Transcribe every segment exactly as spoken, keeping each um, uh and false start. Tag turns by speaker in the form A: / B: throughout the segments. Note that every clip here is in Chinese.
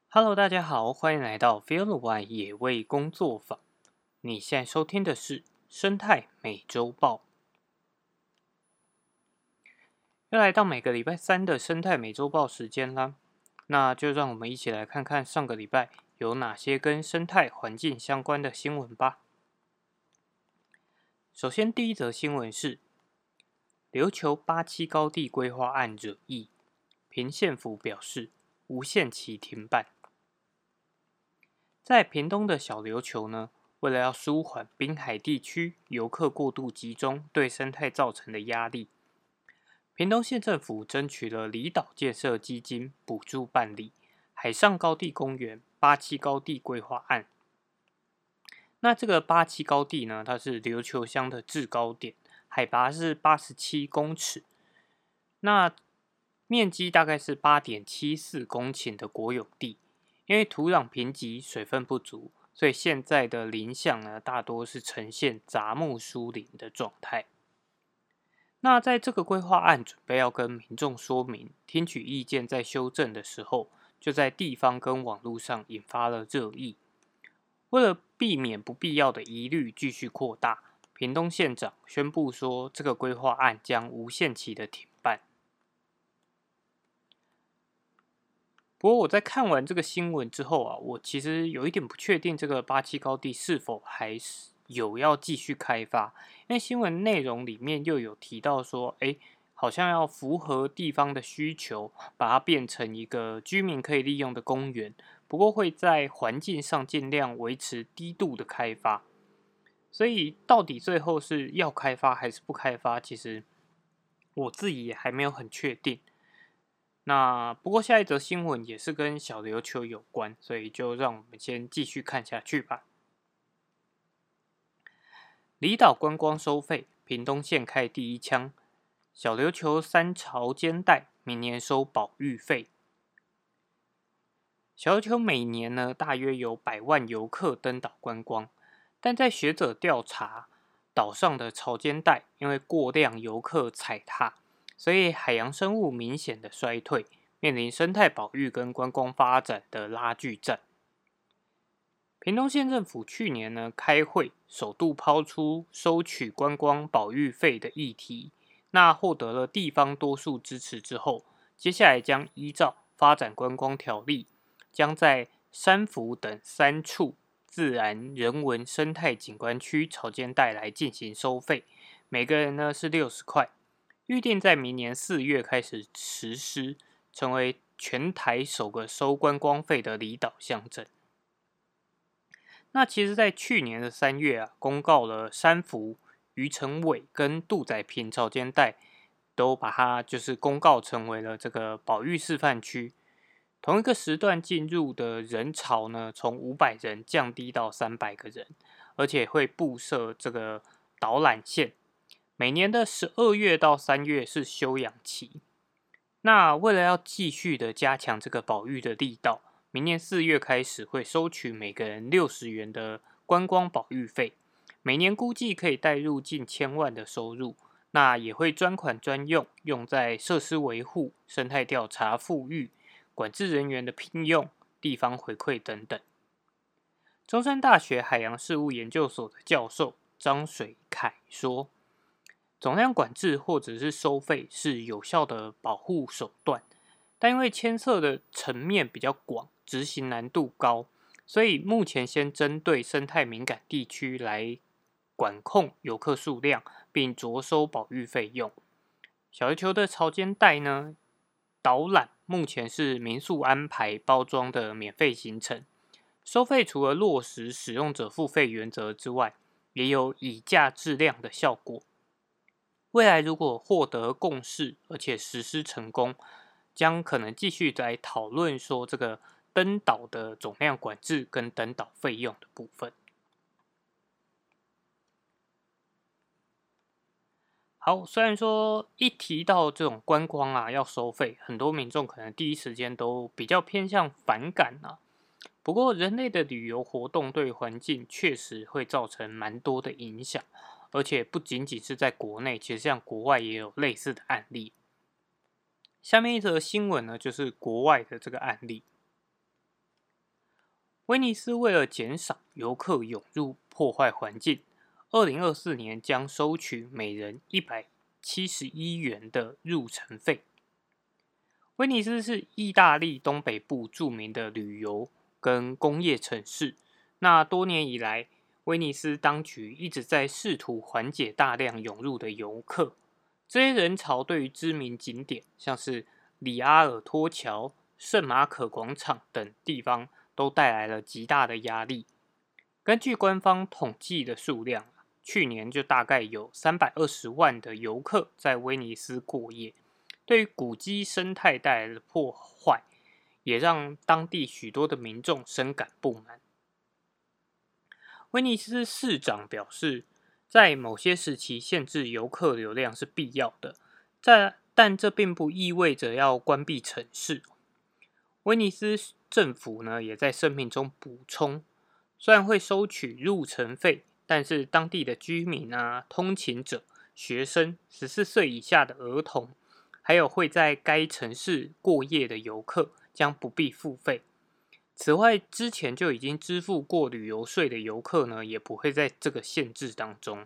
A: Hello，大家好，欢迎来到 Feel the Why 野味工作坊。你现在收听的是生态美洲豹，又来到每个礼拜三的生态美洲豹时间啦。那就让我们一起来看看上个礼拜有哪些跟生态环境相关的新闻吧。首先，第一则新闻是琉球八七高地规划案惹议，屏县府表示无限期停办。在屏东的小琉球呢，为了要舒缓滨海地区游客过度集中对生态造成的压力，屏东县政府争取了离岛建设基金补助办理海上高地公园八七高地规划案。那这个八七高地呢，它是琉球乡的制高点，海拔是八十七公尺，那面积大概是八点七四公顷的国有地。因为土壤贫瘠、水分不足，所以现在的林相呢，大多是呈现杂木疏林的状态。那在这个规划案准备要跟民众说明、听取意见再修正的时候，就在地方跟网络上引发了热议。为了避免不必要的疑虑继续扩大，屏东县长宣布说，这个规划案将无限期的停办。不过我在看完这个新闻之后啊，我其实有一点不确定这个八七高地是否还是有要继续开发，因为新闻内容里面又有提到说，哎，好像要符合地方的需求，把它变成一个居民可以利用的公园，不过会在环境上尽量维持低度的开发。所以到底最后是要开发还是不开发，其实我自己也还没有很确定。那不过下一则新闻也是跟小琉球有关，所以就让我们先继续看下去吧。离岛观光收费，屏东县开第一枪，小琉球三潮间带明年收保育费。小琉球每年呢大约有百万游客登岛观光，但在学者调查，岛上的潮间带因为过量游客踩踏，所以海洋生物明显的衰退，面临生态保育跟观光发展的拉锯战。屏东县政府去年呢开会，首度抛出收取观光保育费的议题，那获得了地方多数支持之后，接下来将依照发展观光条例，将在山福等三处自然人文生态景观区潮间带来进行收费，每个人呢是六十块，预定在明年四月开始实施，成为全台首个收观光费的离岛乡镇。那其实，在去年的三月啊，公告了山福、余承伟跟杜仔平潮间带都把它就是公告成为了这个保育示范区。同一个时段进入的人潮呢，从五百人降低到三百个人，而且会布设这个导览线。每年的十二月到三月是休养期。那为了要继续的加强这个保育的力道，明年四月开始会收取每个人六十元的观光保育费，每年估计可以带入近千万的收入。那也会专款专用，用在设施维护、生态调查、复育、管制人员的聘用、地方回馈等等。中山大学海洋事务研究所的教授张水凯说，总量管制或者是收费是有效的保护手段，但因为牵涉的层面比较广，执行难度高，所以目前先针对生态敏感地区来管控游客数量，并着收保育费用。小琉球的潮间带呢，导览目前是民宿安排包装的免费行程，收费除了落实使用者付费原则之外，也有以价质量的效果。未来如果获得共识，而且实施成功，将可能继续来讨论说这个登岛的总量管制跟登岛费用的部分。好，虽然说一提到这种观光啊要收费，很多民众可能第一时间都比较偏向反感啊。不过人类的旅游活动对环境确实会造成蛮多的影响，而且不仅仅是在国内，其实像国外也有类似的案例。下面一则新闻呢，就是国外的这个案例。 威尼斯为了减少游客涌入破坏环境，二零二四年将收取每人一百七十一元的入城费。威尼斯是意大利东北部著名的旅游跟工业城市。那多年以来，威尼斯当局一直在试图缓解大量涌入的游客。这些人潮对于知名景点，像是里阿尔托桥、圣马可广场等地方，都带来了极大的压力。根据官方统计的数量，去年就大概有三百二十万的游客在威尼斯过夜。对于古迹生态带来的破坏，也让当地许多的民众深感不满。威尼斯市长表示，在某些时期限制游客流量是必要的，在但这并不意味着要关闭城市。威尼斯政府呢，也在声明中补充，虽然会收取入城费，但是当地的居民啊、通勤者、学生、十四岁以下的儿童，还有会在该城市过夜的游客将不必付费。此外，之前就已经支付过旅游税的游客呢，也不会在这个限制当中。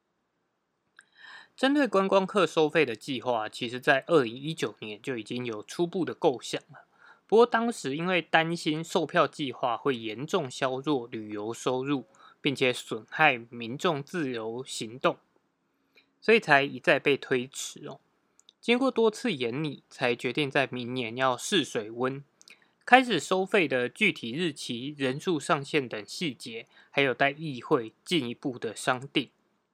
A: 针对观光客收费的计划，其实在二零一九年就已经有初步的构想了。不过当时因为担心售票计划会严重削弱旅游收入，并且损害民众自由行动，所以才一再被推迟哦。经过多次研拟，才决定在明年要试水温。开始收费的具体日期、人数上限等细节，还有待议会进一步的商定。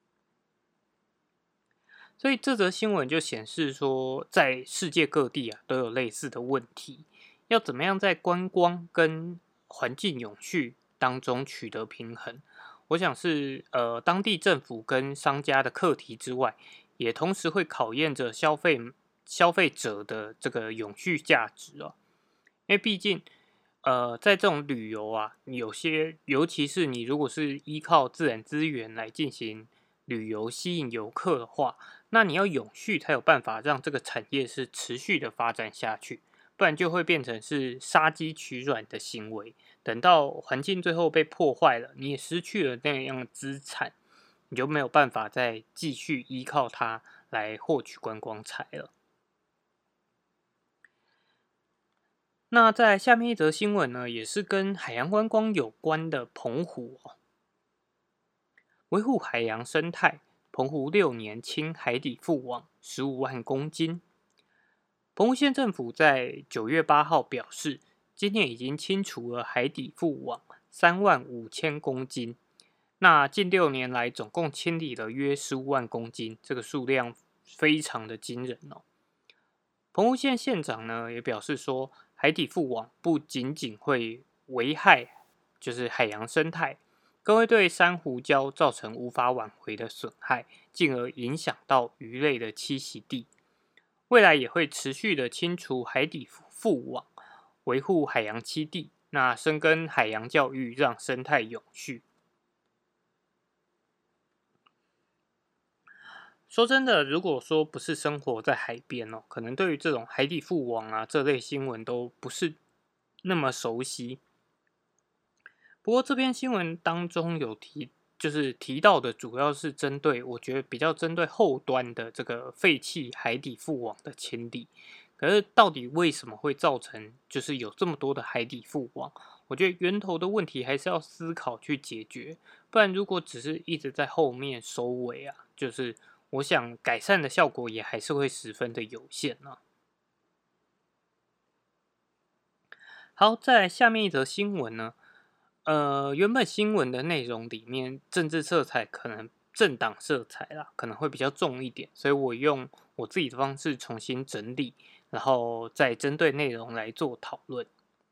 A: 所以这则新闻就显示说，在世界各地啊都有类似的问题，要怎么样在观光跟环境永续当中取得平衡？我想是呃当地政府跟商家的课题之外，也同时会考验着消费消费者的这个永续价值哦。因为毕竟，呃，在这种旅游啊，有些尤其是你如果是依靠自然资源来进行旅游吸引游客的话，那你要永续才有办法让这个产业是持续的发展下去，不然就会变成是杀鸡取卵的行为。等到环境最后被破坏了，你也失去了那样的资产，你就没有办法再继续依靠它来获取观光财了。那在下面一则新闻呢，也是跟海洋观光有关的澎湖哦，维护海洋生态，澎湖六年清海底覆网十五万公斤。澎湖县政府在九月八号表示，今年已经清除了海底覆网三万五千公斤。那近六年来，总共清理了约十五万公斤，这个数量非常的惊人哦。澎湖县县长呢也表示说，海底覆网不仅仅会危害就是海洋生态，更会对珊瑚礁造成无法挽回的损害，进而影响到鱼类的栖息地。未来也会持续的清除海底覆网，维护海洋栖地，那深耕海洋教育，让生态永续。说真的，如果说不是生活在海边哦，可能对于这种海底覆网啊这类新闻都不是那么熟悉。不过这篇新闻当中有提，就是提到的主要是针对，我觉得比较针对后端的这个废弃海底覆网的清理。可是到底为什么会造成就是有这么多的海底覆网？我觉得源头的问题还是要思考去解决，不然如果只是一直在后面收尾啊，就是我想改善的效果也还是会十分的有限啊。好，再来下面一则新闻呢，呃，原本新闻的内容里面政治色彩可能政党色彩啦，可能会比较重一点，所以我用我自己的方式重新整理，然后再针对内容来做讨论。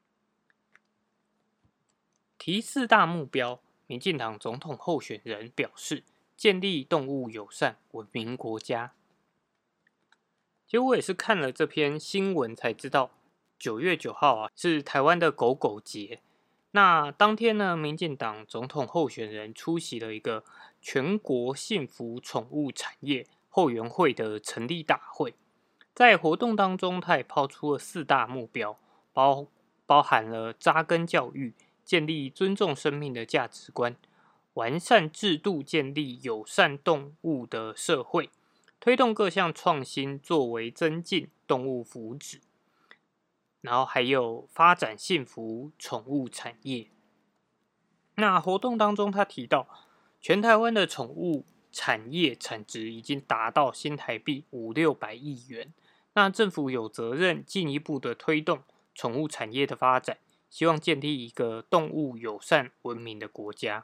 A: 提四大目标，民进党总统候选人表示，建立动物友善文明国家。其实我也是看了这篇新闻才知道，九月九号啊是台湾的狗狗节。那当天呢，民进党总统候选人出席了一个全国幸福宠物产业后援会的成立大会。在活动当中，他也抛出了四大目标，包包含了扎根教育、 建立尊重生命的价值观，完善制度，建立友善动物的社会，推动各项创新作为增进动物福祉，然后还有发展幸福宠物产业。那活动当中，他提到，全台湾的宠物产业产值已经达到新台币五六百亿元。那政府有责任进一步的推动宠物产业的发展，希望建立一个动物友善文明的国家。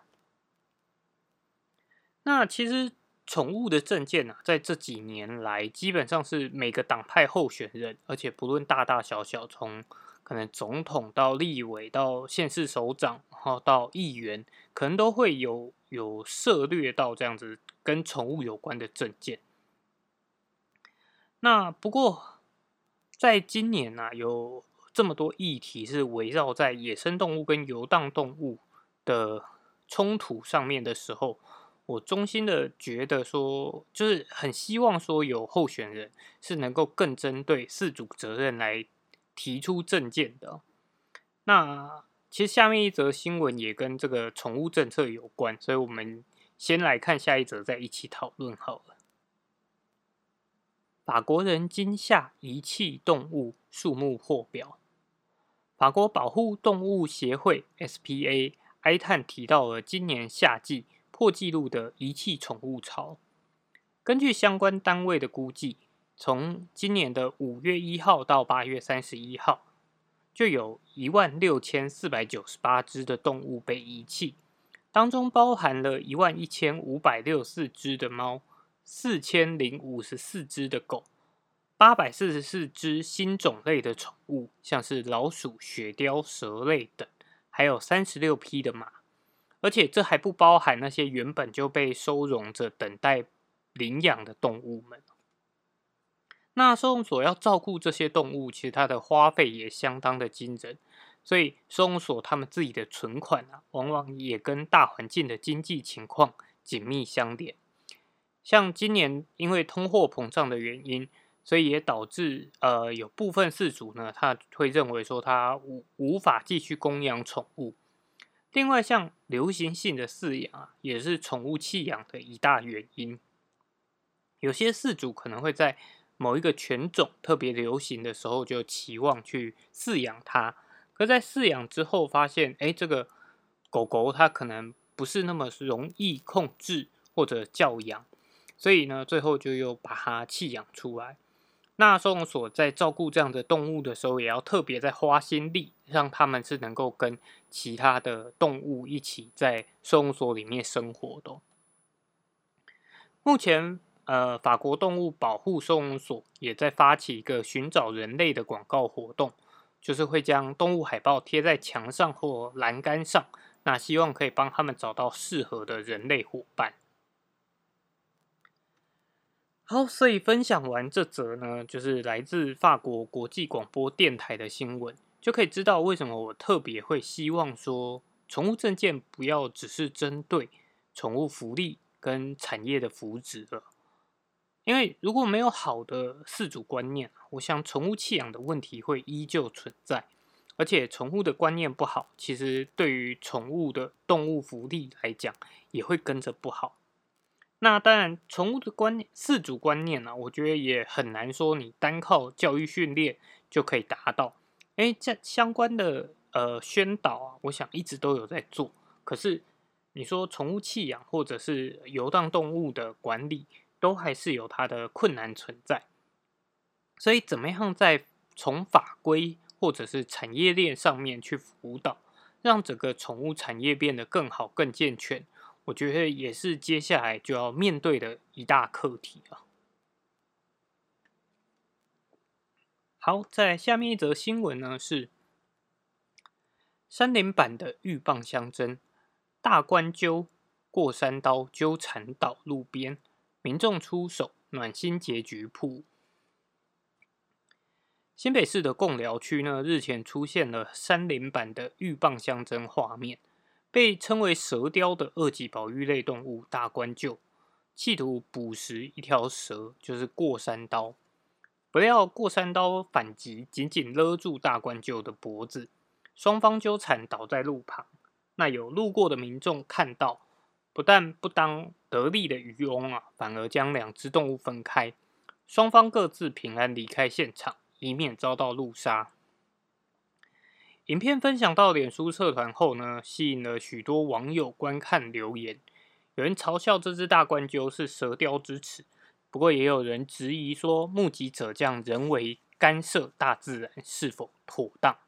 A: 那其实宠物的政见啊，在这几年来，基本上是每个党派候选人，而且不论大大小小，从可能总统到立委到县市首长，然后到议员，可能都会有有涉略到这样子跟宠物有关的政见。那不过，在今年啊，有这么多议题是围绕在野生动物跟游荡动物的冲突上面的时候，我衷心的觉得说，就是很希望说有候选人是能够更针对饲主责任来提出政见的。那其实下面一则新闻也跟这个宠物政策有关，所以我们先来看下一则，再一起讨论好了。法国人惊吓遗弃动物数目破表。法国保护动物协会 S P A 哀叹提到了今年夏季破纪录的遗弃宠物潮。根据相关单位的估计，从今年的五月一号到八月三十一号，就有一万六千四百九十八只的动物被遗弃，当中包含了一万一千五百六十四只的猫。四千零五十四只的狗，八百四十四只新种类的宠物，像是老鼠、雪貂、蛇类等，还有三十六匹的马。而且这还不包含那些原本就被收容着等待领养的动物们。那收容所要照顾这些动物，其实它的花费也相当的惊人，所以收容所他们自己的存款啊，往往也跟大环境的经济情况紧密相连。像今年因为通货膨胀的原因，所以也导致呃有部分饲主呢，他会认为说他无无法继续供养宠物。另外，像流行性的饲养啊，也是宠物弃养的一大原因。有些饲主可能会在某一个犬种特别流行的时候，就期望去饲养它，可在饲养之后发现，哎，这个狗狗它可能不是那么容易控制或者教养。所以呢，最后就又把它弃养出来。那收容所在照顾这样的动物的时候，也要特别再花心力，让他们是能够跟其他的动物一起在收容所里面生活的。目前，呃，法国动物保护收容所也在发起一个寻找人类的广告活动，就是会将动物海报贴在墙上或栏杆上，那希望可以帮他们找到适合的人类伙伴。好，所以分享完这则呢，就是来自法国国际广播电台的新闻，就可以知道为什么我特别会希望说，宠物政见不要只是针对宠物福利跟产业的福祉了。因为如果没有好的饲主观念，我想宠物弃养的问题会依旧存在，而且宠物的观念不好，其实对于宠物的动物福利来讲，也会跟着不好。那当然，宠物的观念、饲主观念呢、啊，我觉得也很难说你单靠教育训练就可以达到。哎，这相关的呃宣导啊，我想一直都有在做。可是你说宠物弃养或者是游荡动物的管理，都还是有它的困难存在。所以，怎么样在从法规或者是产业链上面去辅导，让整个宠物产业变得更好、更健全？我觉得也是接下来就要面对的一大课题啊。好，在下面一则新闻呢是山林版的鹬蚌相争，大冠鸠过山刀纠缠倒路边，民众出手暖心结局铺。新北市的贡寮区呢，日前出现了山林版的鹬蚌相争画面。被称为蛇雕的二级保育类动物大冠鹫，企图捕食一条蛇，就是过山刀。不料过山刀反击，紧紧勒住大冠鹫的脖子， 双方纠缠倒在路旁。那有路过的民众看到，不但不当得利的渔翁啊，反而将两只动物分开，双方各自平安离开现场，以免遭到路杀。影片分享到脸书社团后呢，吸引了许多网友观看留言。有人嘲笑这只大冠鸠是蛇雕之耻，不过也有人质疑说，目击者这样人为干涉大自然是否妥当？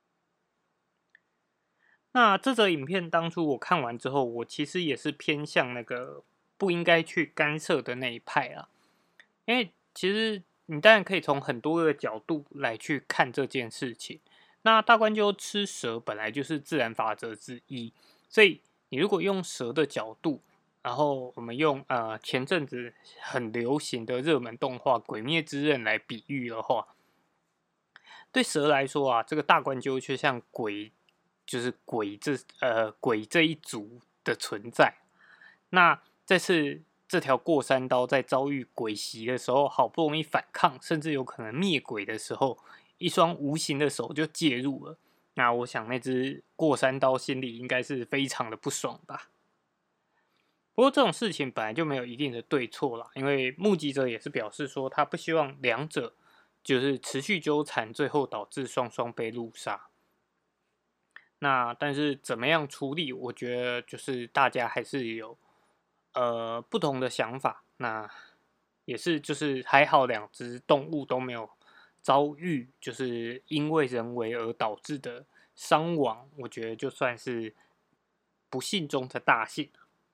A: 那这则影片当初我看完之后，我其实也是偏向那个不应该去干涉的那一派啦。因为其实你当然可以从很多个角度来去看这件事情。那大冠鸠吃蛇本来就是自然法则之一，所以你如果用蛇的角度，然后我们用呃前阵子很流行的热门动画《鬼灭之刃》来比喻的话，对蛇来说啊，这个大冠鸠却像鬼，就是鬼这呃鬼这一族的存在。那这次这条过山刀在遭遇鬼袭的时候，好不容易反抗，甚至有可能灭鬼的时候，一双无形的手就介入了。那我想那只过山刀心里应该是非常的不爽吧。不过这种事情本来就没有一定的对错啦，因为目击者也是表示说，他不希望两者就是持续纠缠，最后导致双双被路杀。那但是怎么样处理，我觉得就是大家还是有呃不同的想法。那也是就是还好两只动物都没有遭遇就是因为人为而导致的伤亡，我觉得就算是不幸中的大幸。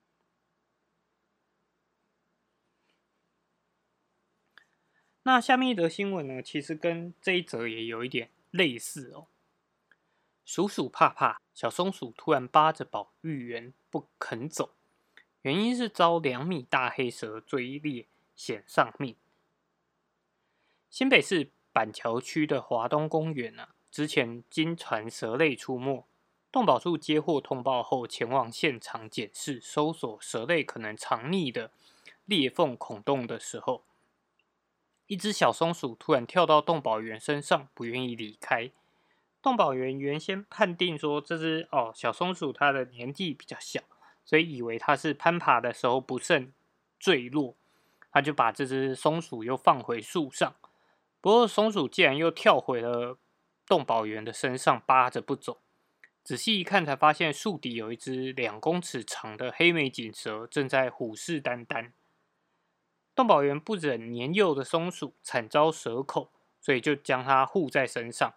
A: 那下面一则新闻呢，其实跟这一则也有一点类似哦。鼠鼠怕怕，小松鼠突然扒着保育员不肯走，原因是遭两米大黑蛇追猎，险丧命。新北市板桥区的华东公园啊，之前经传蛇类出没，动保处接获通报后，前往现场检视、搜索蛇类可能藏匿的裂缝孔洞的时候，一只小松鼠突然跳到动保员身上，不愿意离开。动保员原先判定说这只哦小松鼠它的年纪比较小，所以以为它是攀爬的时候不慎坠落，他就把这只松鼠又放回树上。不过松鼠竟然又跳回了动保员的身上，扒着不走。仔细一看，才发现树底有一只两公尺长的黑眉锦蛇正在虎视眈眈。动保员不忍年幼的松鼠惨遭蛇口，所以就将它护在身上。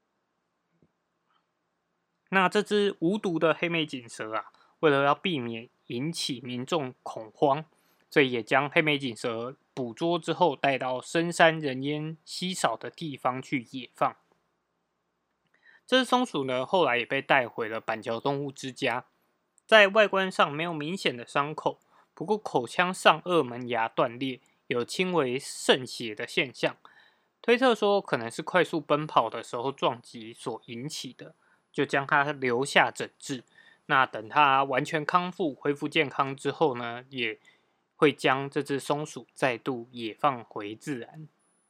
A: 那这只无毒的黑眉锦蛇啊，为了要避免引起民众恐慌，所以也将黑眉锦蛇捕捉之后带到深山人烟稀少的地方去野放。这只松鼠呢，后来也被带回了板桥动物之家，在外观上没有明显的伤口，不过口腔上颚门牙断裂，有轻微渗血的现象，推测说可能是快速奔跑的时候撞击所引起的，就将它留下诊治。那等它完全康复、恢复健康之后呢，也会将这只松鼠再度野放回自然。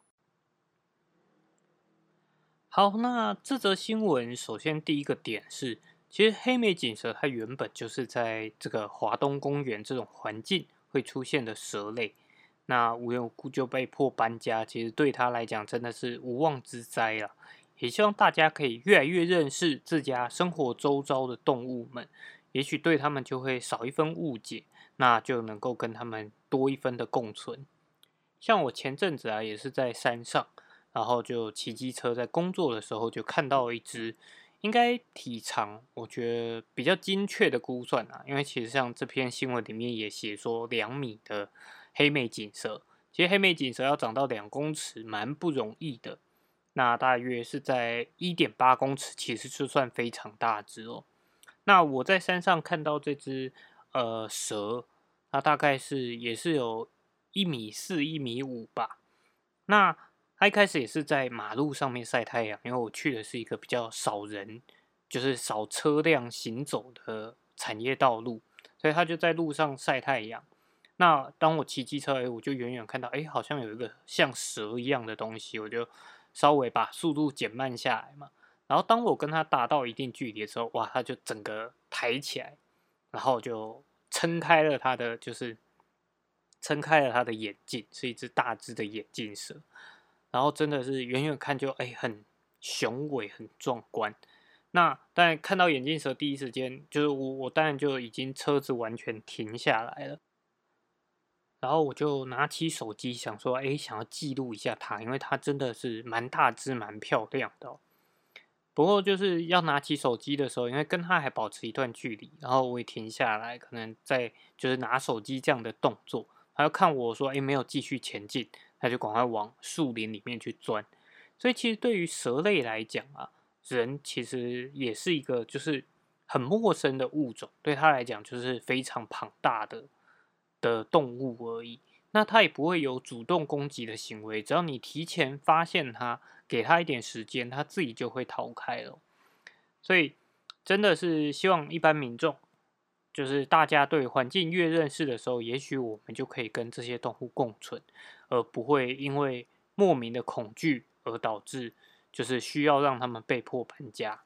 A: 好，那这则新闻首先第一个点是，其实黑眉锦蛇它原本就是在这个华东公园这种环境会出现的蛇类，那无缘无故就被迫搬家，其实对它来讲真的是无妄之灾了。也希望大家可以越来越认识自家生活周遭的动物们，也许对他们就会少一分误解，那就能够跟他们多一分的共存。像我前阵子啊，也是在山上。然后就骑机车，在工作的时候就看到一只，应该体长我觉得比较精确的估算啊，因为其实像这篇新闻里面也写说两米的黑眉锦蛇，其实黑眉锦蛇要长到两公尺蛮不容易的，那大约是在一点八公尺，其实就算非常大只哦。那我在山上看到这只呃蛇，它大概是也是有一米四、一米五吧，那。他一开始也是在马路上面晒太阳，因为我去的是一个比较少人，就是少车辆行走的产业道路，所以他就在路上晒太阳。那当我骑机车，哎，我就远远看到，哎，好像有一个像蛇一样的东西，我就稍微把速度减慢下来嘛。 然后当我跟它达到一定距离的时候，哇，它就整个抬起来，然后就撑开了它的，就是撑开了它的眼镜，是一只大只的眼镜蛇。然后真的是远远看就哎很雄伟、很壮观。那当然看到眼镜蛇第一时间，就是我我当然就已经车子完全停下来了。然后我就拿起手机想说，哎，想要记录一下它，因为它真的是蛮大只、蛮漂亮的哦。不过就是要拿起手机的时候，因为跟它还保持一段距离，然后我也停下来，可能在就是拿手机这样的动作，他要看我说，哎，没有继续前进，他就赶快往树林里面去钻。所以其实对于蛇类来讲啊，人其实也是一个就是很陌生的物种，对他来讲就是非常庞大的的动物而已。那它也不会有主动攻击的行为，只要你提前发现它，给它一点时间，它自己就会逃开了。所以真的是希望一般民众，就是大家对环境越认识的时候，也许我们就可以跟这些动物共存，而不会因为莫名的恐惧而导致就是需要让他们被迫搬家。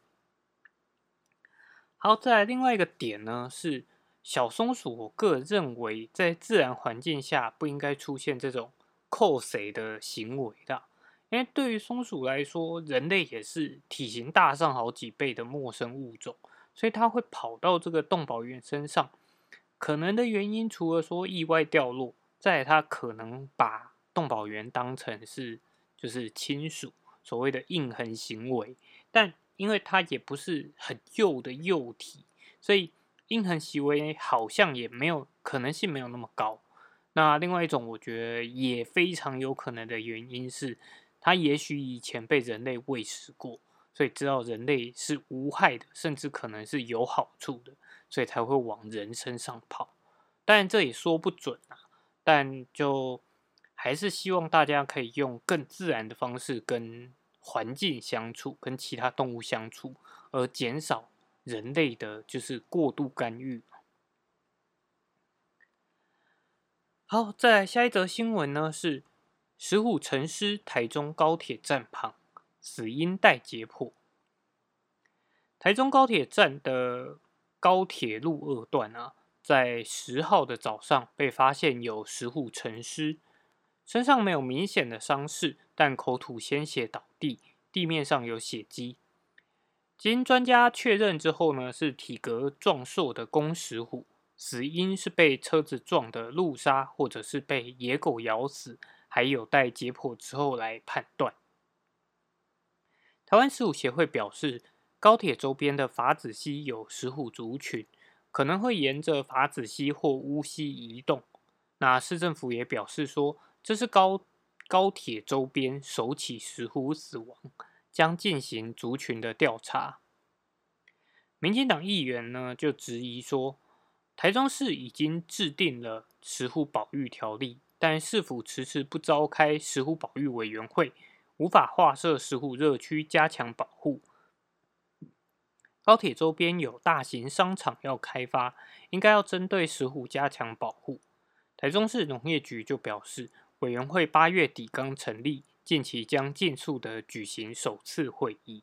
A: 好，再来另外一个点呢是小松鼠，我个人认为在自然环境下不应该出现这种扣谁的行为的，因为对于松鼠来说，人类也是体型大上好几倍的陌生物种，所以它会跑到这个动保员身上。可能的原因除了说意外掉落，再来它可能把动保员当成是就是亲属，所谓的硬横行为，但因为它也不是很幼的幼体，所以硬横行为好像也没有可能性没有那么高。那另外一种我觉得也非常有可能的原因是，它也许以前被人类喂食过，所以知道人类是无害的，甚至可能是有好处的，所以才会往人身上跑。当然这也说不准啊，但就还是希望大家可以用更自然的方式跟环境相处，跟其他动物相处，而减少人类的就是过度干预。好，再来下一则新闻呢是石虎沉尸台中高铁站旁，死因待解剖。台中高铁站的高铁路二段啊，在十号的早上被发现有石虎沉尸，身上没有明显的伤势，但口吐鲜血倒地，地面上有血迹。经专家确认之后呢，是体格壮硕的公石虎，死因是被车子撞的路杀，或者是被野狗咬死，还有待解剖之后来判断。台湾石虎协会表示，高铁周边的法子溪有石虎族群，可能会沿着法子溪或乌溪移动。那市政府也表示说，这是高高铁周边首起石虎死亡，将进行族群的调查。民进党议员呢就质疑说，台中市已经制定了石虎保育条例，但市府迟迟不召开石虎保育委员会，无法划设石虎热区加强保护。高铁周边有大型商场要开发，应该要针对石虎加强保护。台中市农业局就表示，委员会八月底刚成立，近期将尽速的举行首次会议。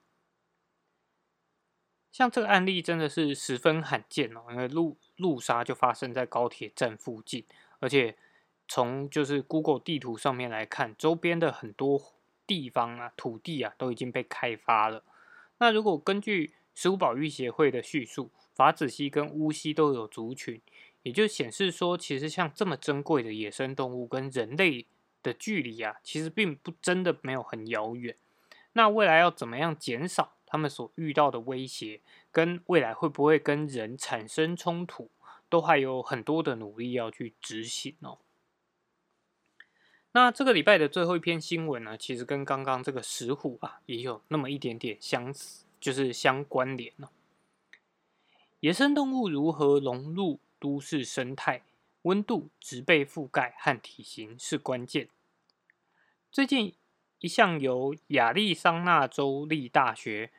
A: 像这个案例真的是十分罕见哦，因为路路杀就发生在高铁站附近，而且从就是 Google 地图上面来看，周边的很多地方啊、土地啊都已经被开发了。那如果根据石虎保育协会的叙述，法子溪跟乌溪都有族群，也就显示说，其实像这么珍贵的野生动物跟人类的距离啊，其实并不真的没有很遥远。那未来要怎么样减少他们所遇到的威胁，跟未来会不会跟人产生冲突，都还有很多的努力要去执行哦。那这个礼拜的最后一篇新闻呢，其实跟刚刚这个石虎啊，也有那么一点点相似，就是相关联哦。野生动物如何融入都市生态，温度、植被覆盖和体型是关键。最近一项由亚利桑那州立大学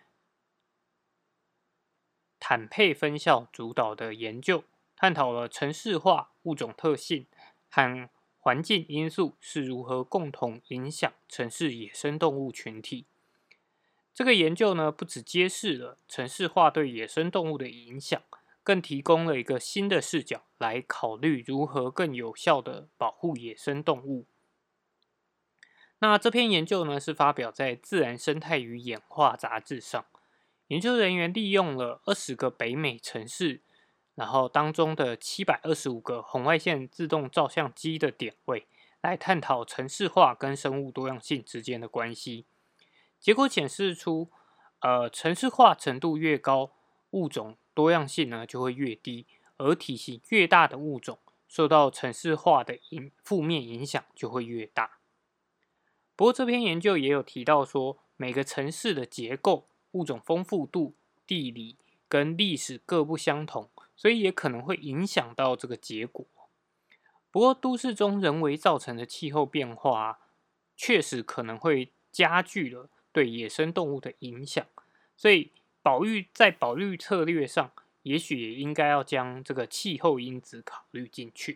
A: 坦佩分校主导的研究，探讨了城市化、物种特性和环境因素是如何共同影响城市野生动物群体。 这个研究呢，不只揭示了城市化对野生动物的影响，更提供了一个新的视角来考虑如何更有效地保护野生动物。那这篇研究呢，是发表在《自然生态与演化》杂志上。研究人员利用了二十个北美城市，然后当中的七百二十五个红外线自动照相机的点位，来探讨城市化跟生物多样性之间的关系。结果显示出，呃，城市化程度越高，物种多样性呢就会越低，而体型越大的物种受到城市化的影负面影响就会越大。不过这篇研究也有提到说，每个城市的结构、物种丰富度、地理跟历史各不相同，所以也可能会影响到这个结果。不过都市中人为造成的气候变化啊，确实可能会加剧了对野生动物的影响，所以保育在保育策略上，也许也应该要将这个气候因子考虑进去。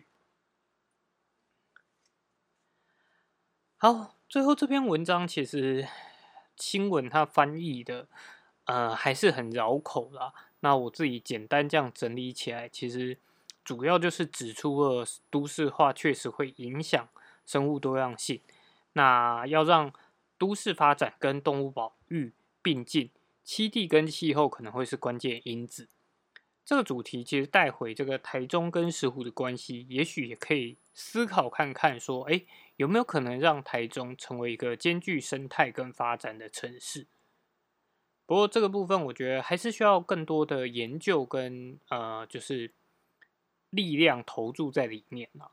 A: 好，最后这篇文章其实新闻它翻译的呃还是很绕口啦。那我自己简单这样整理起来，其实主要就是指出了都市化确实会影响生物多样性。那要让都市发展跟动物保育并进，栖地跟气候可能会是关键因子。这个主题其实带回这个台中跟石虎的关系，也许也可以思考看看说，哎，有没有可能让台中成为一个兼具生态跟发展的城市？不过这个部分我觉得还是需要更多的研究跟呃，就是力量投注在里面啊。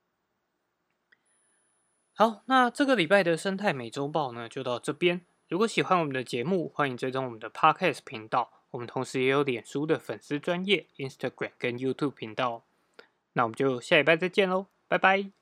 A: 好，那这个礼拜的生态美洲豹呢，就到这边。如果喜欢我们的节目，欢迎追踪我们的 Podcast 频道。我们同时也有脸书的粉丝专页、Instagram 跟 YouTube 频道。那我们就下礼拜再见喽，拜拜。